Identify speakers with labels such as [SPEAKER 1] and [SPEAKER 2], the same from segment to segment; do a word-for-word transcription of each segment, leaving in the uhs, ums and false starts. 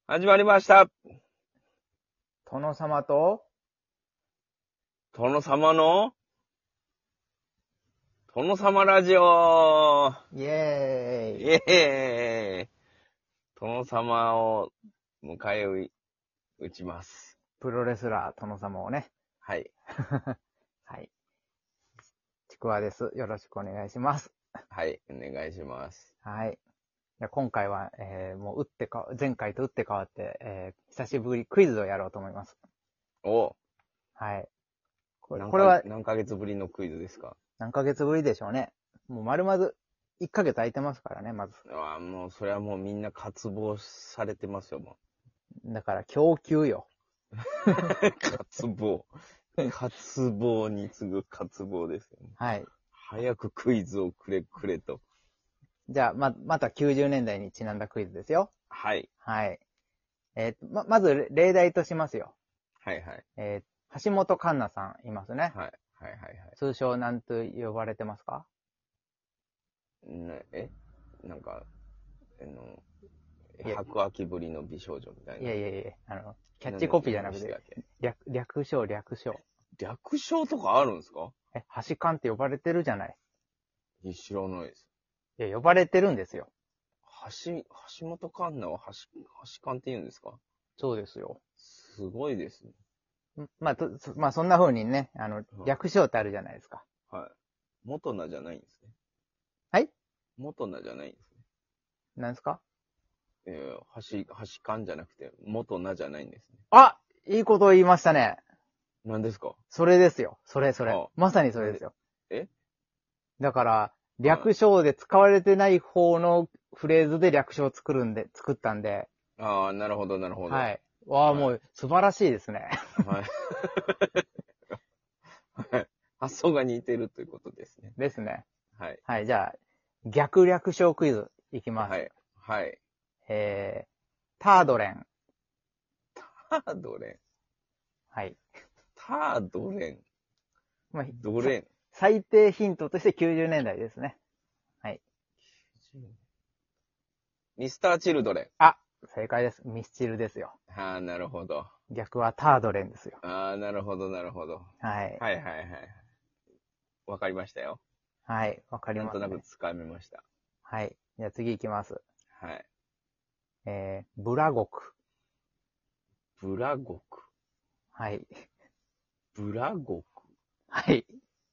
[SPEAKER 1] 始まりました。
[SPEAKER 2] 殿様と、
[SPEAKER 1] 殿様の、殿様ラジオ
[SPEAKER 2] イエーイ。
[SPEAKER 1] イエーイ殿様を迎え撃ちます。
[SPEAKER 2] プロレスラー殿様をね。
[SPEAKER 1] はい。
[SPEAKER 2] はい。ちくわです。よろしくお願いします。
[SPEAKER 1] はい、お願いします。
[SPEAKER 2] はい。じゃ今回は、えー、もう打ってか、前回と打って変わって、えー、久しぶりクイズをやろうと思います。
[SPEAKER 1] お
[SPEAKER 2] はい。これ
[SPEAKER 1] 何
[SPEAKER 2] これは
[SPEAKER 1] 何ヶ月ぶりのクイズですか？
[SPEAKER 2] 何ヶ月ぶりでしょうね。もう丸々いっかげつ空いてますからね、まず。
[SPEAKER 1] ああ、もうそれはもうみんな渇望されてますよ、も
[SPEAKER 2] だから供給よ。
[SPEAKER 1] う。渇望。渇望に次ぐ渇望ですよね。
[SPEAKER 2] はい。
[SPEAKER 1] 早くクイズをくれくれと。
[SPEAKER 2] じゃあ、ま、またきゅうじゅうねんだいにちなんだクイズですよ。
[SPEAKER 1] はい。
[SPEAKER 2] はい。えー、ま、まず例題としますよ。
[SPEAKER 1] はいはい。
[SPEAKER 2] えー、橋本環奈さんいますね。
[SPEAKER 1] はい。はいはいはい。
[SPEAKER 2] 通称なんと呼ばれてますか？
[SPEAKER 1] なえなんか、あの、
[SPEAKER 2] いや、
[SPEAKER 1] 白秋ぶりの美少女みたいな。
[SPEAKER 2] いやいやいや、あの、キャッチコピーじゃなくて、略、略称、略称。
[SPEAKER 1] 略称とかあるんですか？
[SPEAKER 2] え、橋勘って呼ばれてるじゃない。
[SPEAKER 1] 知らないです。
[SPEAKER 2] いや、呼ばれてるんですよ。
[SPEAKER 1] 橋、橋本環奈は橋、橋勘って言うんですか？
[SPEAKER 2] そうですよ。
[SPEAKER 1] すごいですね。
[SPEAKER 2] んまあ、と、まあ、そんな風にね、あの、略称ってあるじゃないですか。
[SPEAKER 1] はい。元名じゃないんですね。
[SPEAKER 2] はい
[SPEAKER 1] 元名じゃないんですね。
[SPEAKER 2] 何ですか？
[SPEAKER 1] えー、橋、橋勘じゃなくて、元名じゃないんですね。
[SPEAKER 2] あ、いいこと言いましたね。
[SPEAKER 1] 何ですか？
[SPEAKER 2] それですよ。それ、それ
[SPEAKER 1] あ。
[SPEAKER 2] まさにそれですよ。
[SPEAKER 1] え
[SPEAKER 2] だから、略称で使われてない方のフレーズで略称を作るんで、作ったんで。
[SPEAKER 1] ああ、なるほど、なるほど。
[SPEAKER 2] はい。わあ、
[SPEAKER 1] はい、
[SPEAKER 2] もう素晴らしいですね。
[SPEAKER 1] はい。はい。発想が似てるということですね。
[SPEAKER 2] ですね。
[SPEAKER 1] はい。
[SPEAKER 2] はい、じゃあ、逆略称クイズいきます。
[SPEAKER 1] はい。はい。
[SPEAKER 2] えー、タードレン。
[SPEAKER 1] タードレン。
[SPEAKER 2] はい。
[SPEAKER 1] タードレン。
[SPEAKER 2] まあ、
[SPEAKER 1] ドレン。
[SPEAKER 2] 最低ヒントとしてきゅうじゅうねんだいですね。はい。
[SPEAKER 1] ミスター・チルドレン。
[SPEAKER 2] あ、正解です。ミスチルですよ。
[SPEAKER 1] ああ、なるほど。
[SPEAKER 2] 逆はタードレンですよ。
[SPEAKER 1] ああ、なるほど、なるほど。
[SPEAKER 2] はい。
[SPEAKER 1] はいはいはい。わかりましたよ。
[SPEAKER 2] はい、わかりますね。
[SPEAKER 1] なんとなく掴めました。
[SPEAKER 2] はい。じゃあ次行きます。
[SPEAKER 1] はい。
[SPEAKER 2] えー、ブラゴク。
[SPEAKER 1] ブラゴク。
[SPEAKER 2] はい。
[SPEAKER 1] ブラゴク。
[SPEAKER 2] はい。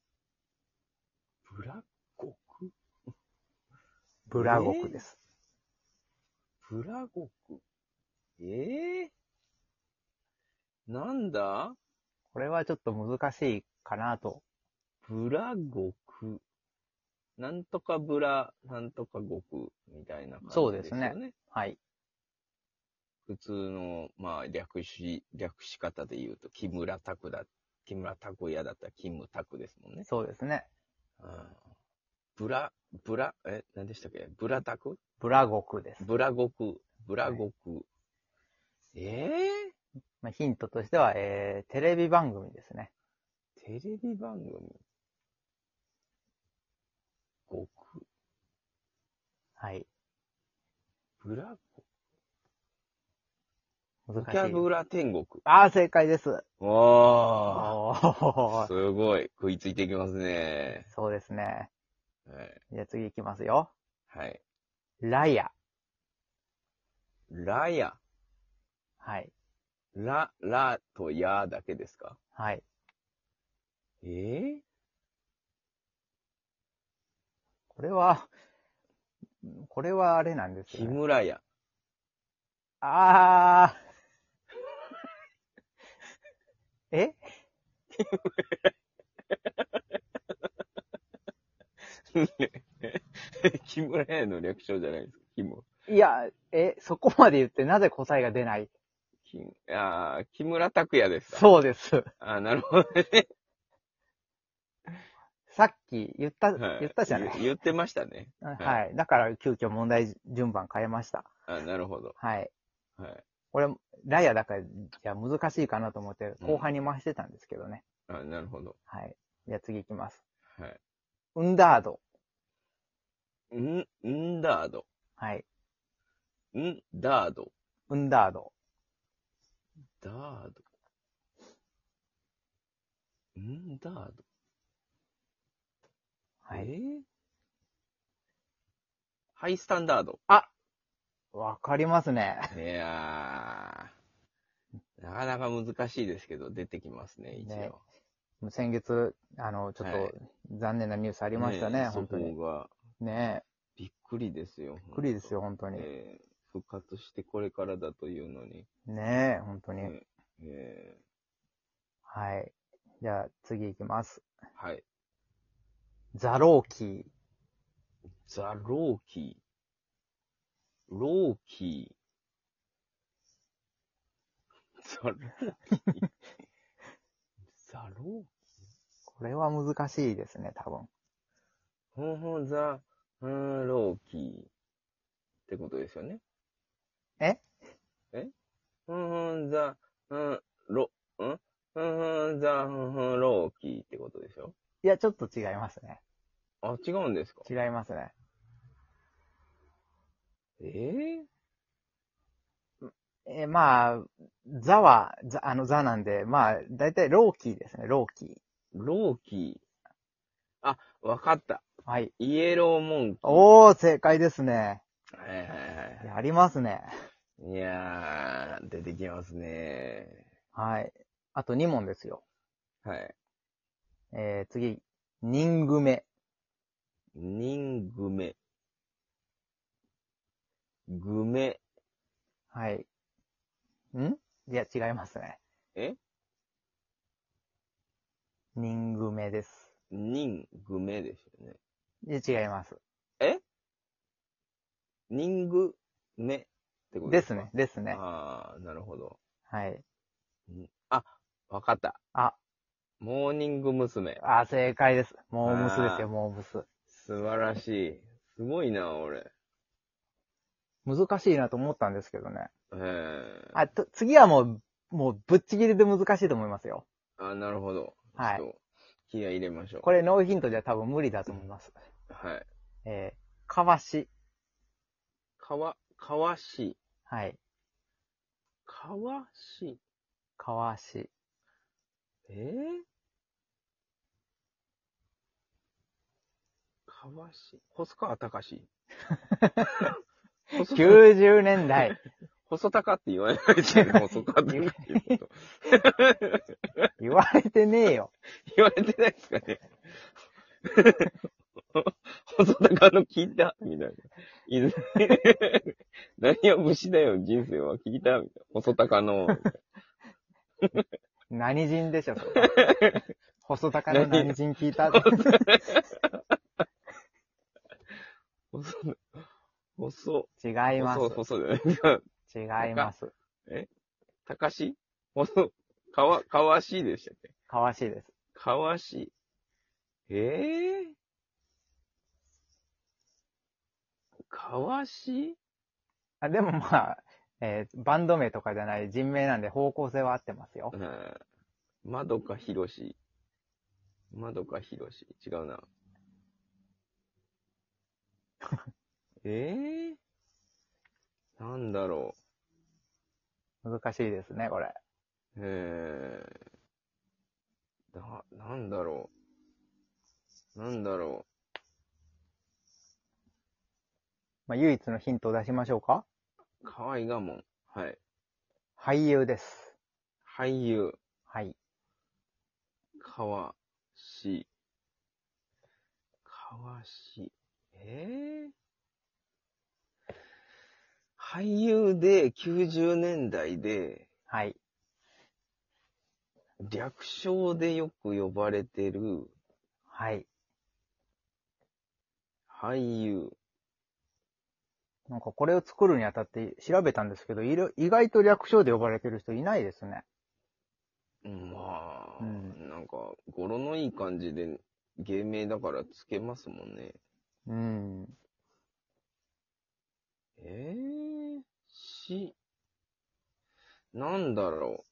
[SPEAKER 1] ブラゴク
[SPEAKER 2] ブラゴクです。
[SPEAKER 1] えー、ブラゴク。ええー、なんだ
[SPEAKER 2] これはちょっと難しいかなと。
[SPEAKER 1] ブラゴク。なんとかブラ、なんとかゴクみたいな感じですよね。そうですね。
[SPEAKER 2] はい。
[SPEAKER 1] 普通の、まあ、略し、略し方で言うと、木村拓だ、木村拓哉だったら、キムタクですもんね。
[SPEAKER 2] そうですね。
[SPEAKER 1] うん、ブラ、ブラ、え、何でしたっけ？ブラタク？
[SPEAKER 2] ブラゴクです。
[SPEAKER 1] ブラゴク、ブラゴク。はい、え
[SPEAKER 2] ー、まあ、ヒントとしては、えー、テレビ番組ですね。
[SPEAKER 1] テレビ番組ゴク。
[SPEAKER 2] はい。
[SPEAKER 1] ブラゴ
[SPEAKER 2] ク。
[SPEAKER 1] ボキャブラ天国。
[SPEAKER 2] ああ、正解です。
[SPEAKER 1] おー。すごい。食いついていきますね。
[SPEAKER 2] そうですね。
[SPEAKER 1] はい。
[SPEAKER 2] じゃあ次行きますよ。
[SPEAKER 1] はい。
[SPEAKER 2] ラヤ。
[SPEAKER 1] ラヤ。
[SPEAKER 2] はい。
[SPEAKER 1] ラ、ラとヤだけですか？
[SPEAKER 2] はい。
[SPEAKER 1] えー、
[SPEAKER 2] これは、これはあれなんですよね。
[SPEAKER 1] 木村屋。
[SPEAKER 2] あー。え
[SPEAKER 1] 木村屋の略称じゃないですか、木も。
[SPEAKER 2] いや、え、そこまで言ってなぜ答えが出ない？
[SPEAKER 1] ああ、木村拓哉ですか？
[SPEAKER 2] そうです。
[SPEAKER 1] ああ、なるほどね。
[SPEAKER 2] さっき言った、
[SPEAKER 1] はい、
[SPEAKER 2] 言ったじゃない。
[SPEAKER 1] 言ってましたね。
[SPEAKER 2] はい。はい。だから急遽問題順番変えました。
[SPEAKER 1] あ、なるほど。
[SPEAKER 2] はい。
[SPEAKER 1] はい。
[SPEAKER 2] これ、ラヤだから、じゃあ難しいかなと思って、後半に回してたんですけどね。
[SPEAKER 1] うん、あ、なるほど。
[SPEAKER 2] はい。じゃあ次行きます。
[SPEAKER 1] はい。
[SPEAKER 2] ウンダード。
[SPEAKER 1] ん、んダード。
[SPEAKER 2] はい。
[SPEAKER 1] んダード。
[SPEAKER 2] ウンダード。
[SPEAKER 1] ダード。んダード。
[SPEAKER 2] はい。
[SPEAKER 1] えー、ハイスタンダード。
[SPEAKER 2] あ、わかりますね。
[SPEAKER 1] いやー、なかなか難しいですけど、出てきますね、一
[SPEAKER 2] ね
[SPEAKER 1] 応。
[SPEAKER 2] 先月、あの、ちょっ
[SPEAKER 1] は
[SPEAKER 2] と
[SPEAKER 1] い
[SPEAKER 2] 残念なニュースありましたね、
[SPEAKER 1] え
[SPEAKER 2] 本当に。
[SPEAKER 1] そこが、
[SPEAKER 2] ね
[SPEAKER 1] びっくりですよ。びっ
[SPEAKER 2] びっくりですよ、本当に。
[SPEAKER 1] えー復活してこれからだというのに。
[SPEAKER 2] ねえ、本当に。
[SPEAKER 1] えーえ
[SPEAKER 2] はい。じゃあ、次行きます。
[SPEAKER 1] ーはい。
[SPEAKER 2] ザローキー。
[SPEAKER 1] ザ・ローキー。ローキー。ザ・ローキー。ザ・ロー
[SPEAKER 2] これは難しいですね、多分。
[SPEAKER 1] ほんほんザ・うんローキー。ってことですよね。
[SPEAKER 2] え
[SPEAKER 1] えふんふんザ、ふん、ろ、んふんふんザ、ふんふんローキーってことでしょ。
[SPEAKER 2] いや、ちょっと違いますね。
[SPEAKER 1] あ、違うんですか。
[SPEAKER 2] 違いますね。
[SPEAKER 1] え
[SPEAKER 2] えーまあ、ザは、ザ、あのザなんで、まあ、だいたいローキーですね、ローキー。
[SPEAKER 1] ー、ローキー。あ、わかった。
[SPEAKER 2] はい。
[SPEAKER 1] イエローモンキー。
[SPEAKER 2] おー、正解ですね。
[SPEAKER 1] はいはいはいは
[SPEAKER 2] やりますね。
[SPEAKER 1] い。いやー、出てきますね。
[SPEAKER 2] はい。あとに問ですよ。
[SPEAKER 1] はい。
[SPEAKER 2] えー、次。ニングメ。
[SPEAKER 1] ニングメ。グメ。
[SPEAKER 2] はい。んいや、違いますね。
[SPEAKER 1] え
[SPEAKER 2] ニングメです。
[SPEAKER 1] ニングメですよね。
[SPEAKER 2] いや、違います。
[SPEAKER 1] えニングメってことですか。
[SPEAKER 2] ですね、ですね。
[SPEAKER 1] あー、なるほど。
[SPEAKER 2] はい。
[SPEAKER 1] んあ、わかった。
[SPEAKER 2] あ、
[SPEAKER 1] モーニング娘。
[SPEAKER 2] あ、正解です。モームスですよ、
[SPEAKER 1] あー
[SPEAKER 2] モームス。
[SPEAKER 1] 素晴らしい。すごいな、俺。
[SPEAKER 2] 難しいなと思ったんですけどね。
[SPEAKER 1] えー、
[SPEAKER 2] あ、と、次はもう、もうぶっちぎりで難しいと思いますよ。
[SPEAKER 1] あ、なるほど。
[SPEAKER 2] はい
[SPEAKER 1] ちょっと、気合い入れましょう。
[SPEAKER 2] これノーヒントじゃ多分無理だと思います。
[SPEAKER 1] はい。
[SPEAKER 2] えー、かわし。
[SPEAKER 1] かわ、かわし。
[SPEAKER 2] はい。
[SPEAKER 1] かわし。
[SPEAKER 2] かわし。
[SPEAKER 1] えー、かわし。細川たかし。細
[SPEAKER 2] きゅうじゅうねんだい。
[SPEAKER 1] 細高って言わないですよね。細川たかっていうこと。
[SPEAKER 2] 言われてねえよ。
[SPEAKER 1] 言われてないですかね。細高の聞いたみたいな。いず何を武士だよ、人生は聞いたみたいな。細高の。
[SPEAKER 2] 何人でしょ、それ。細高の何人聞いた
[SPEAKER 1] 細、細、
[SPEAKER 2] 違います。
[SPEAKER 1] 細、細じゃないですか。
[SPEAKER 2] 違います。
[SPEAKER 1] え高し細、かわ、かわしでしたっけ
[SPEAKER 2] かわしいです。
[SPEAKER 1] かわし。ええー、かわし
[SPEAKER 2] あでもまあ、えーバンド名とかじゃない人名なんで方向性は合ってますよ。
[SPEAKER 1] うん。まどかひろし。まどかひろし。違うな。ええー、なんだろ
[SPEAKER 2] 難しいですね、これ。
[SPEAKER 1] う。ええー、な、なんだろう。なんだろ
[SPEAKER 2] まあ、唯一のヒントを出しましょうか。
[SPEAKER 1] う。かわいがもん。はい。
[SPEAKER 2] 俳優です。
[SPEAKER 1] 俳優。
[SPEAKER 2] はい。
[SPEAKER 1] かわし。かわし。ええー、俳優できゅうじゅうねんだいで、
[SPEAKER 2] はい。
[SPEAKER 1] 略称でよく呼ばれてる
[SPEAKER 2] はい。
[SPEAKER 1] 俳優。
[SPEAKER 2] なんかこれを作るにあたって調べたんですけど、いろ意外と略称で呼ばれてる人いないですね。
[SPEAKER 1] まあ、
[SPEAKER 2] うん
[SPEAKER 1] なんか、語呂のいい感じで芸名だからつけますもんね。
[SPEAKER 2] うん。
[SPEAKER 1] ええー、し、なんだろ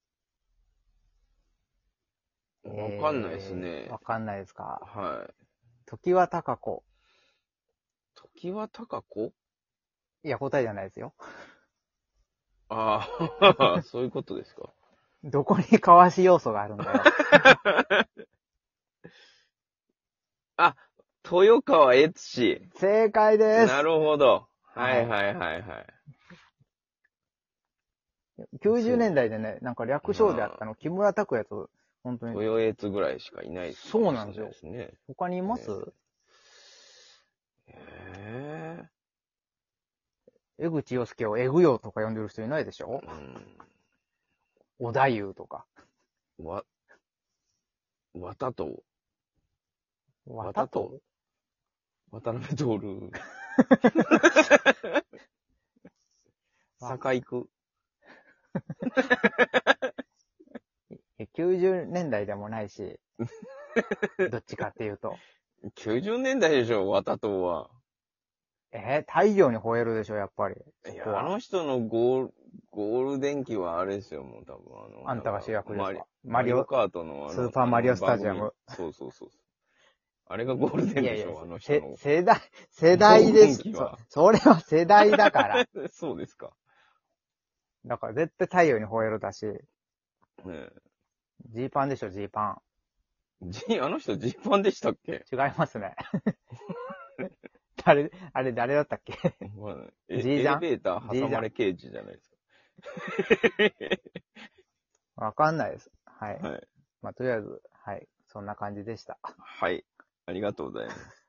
[SPEAKER 1] う。わかんないですね
[SPEAKER 2] えーわ。かんないですか。
[SPEAKER 1] はい。
[SPEAKER 2] 時は高子。
[SPEAKER 1] 時は高子
[SPEAKER 2] いや、答えじゃないですよ。
[SPEAKER 1] ああ、そういうことですか。
[SPEAKER 2] どこにかわし要素があるんだよ。
[SPEAKER 1] あ、豊川悦司。
[SPEAKER 2] 正解です。
[SPEAKER 1] なるほど。は
[SPEAKER 2] はい
[SPEAKER 1] いはいはいはい。
[SPEAKER 2] きゅうじゅうねんだいでね、なんか略称であったの、木村拓哉と、本当に。
[SPEAKER 1] 豊悦ぐらいしかいないです
[SPEAKER 2] そうなんですよ。
[SPEAKER 1] ですね。
[SPEAKER 2] 他にいます、
[SPEAKER 1] へえ。
[SPEAKER 2] 江口洋介をえぐよとか呼んでる人いないでしょ、小田優とか。
[SPEAKER 1] うん。わ、わたと、
[SPEAKER 2] わたと
[SPEAKER 1] 渡辺徹。坂行く。
[SPEAKER 2] きゅうじゅうねんだいでもないし、どっちかっていうと。
[SPEAKER 1] きゅうじゅうねんだいでしょ、わたとは。
[SPEAKER 2] えー、太陽に吠えるでしょ、やっぱり。
[SPEAKER 1] いや、あの人のゴール、ゴールデン期はあれですよ、もう多分あの。
[SPEAKER 2] あんたが主役ですか
[SPEAKER 1] マリ
[SPEAKER 2] マリオ
[SPEAKER 1] マリオカートのあの、
[SPEAKER 2] スーパーマリオスタジアム
[SPEAKER 1] あの番組。そうそうそう。あれがゴールデンでしょ、
[SPEAKER 2] いやいや
[SPEAKER 1] あの人の。
[SPEAKER 2] 世代、世代です
[SPEAKER 1] 黄金期は
[SPEAKER 2] そ。それは世代だから。
[SPEAKER 1] そうですか。
[SPEAKER 2] だから絶対太陽に吠えるだし、
[SPEAKER 1] ね
[SPEAKER 2] ジーパンでしょ、ジーパ
[SPEAKER 1] え。ジあの人ジーパンでしたっけ？
[SPEAKER 2] ン。違いますね。誰、あれ誰だったっけ？
[SPEAKER 1] まあえ
[SPEAKER 2] ジージャン
[SPEAKER 1] エレベーター挟まれ刑事じゃないです
[SPEAKER 2] わかんないです。はい。
[SPEAKER 1] か。はい。
[SPEAKER 2] まあ、とりあえず、はい。そんな感じでした。
[SPEAKER 1] はい。ありがとうございます。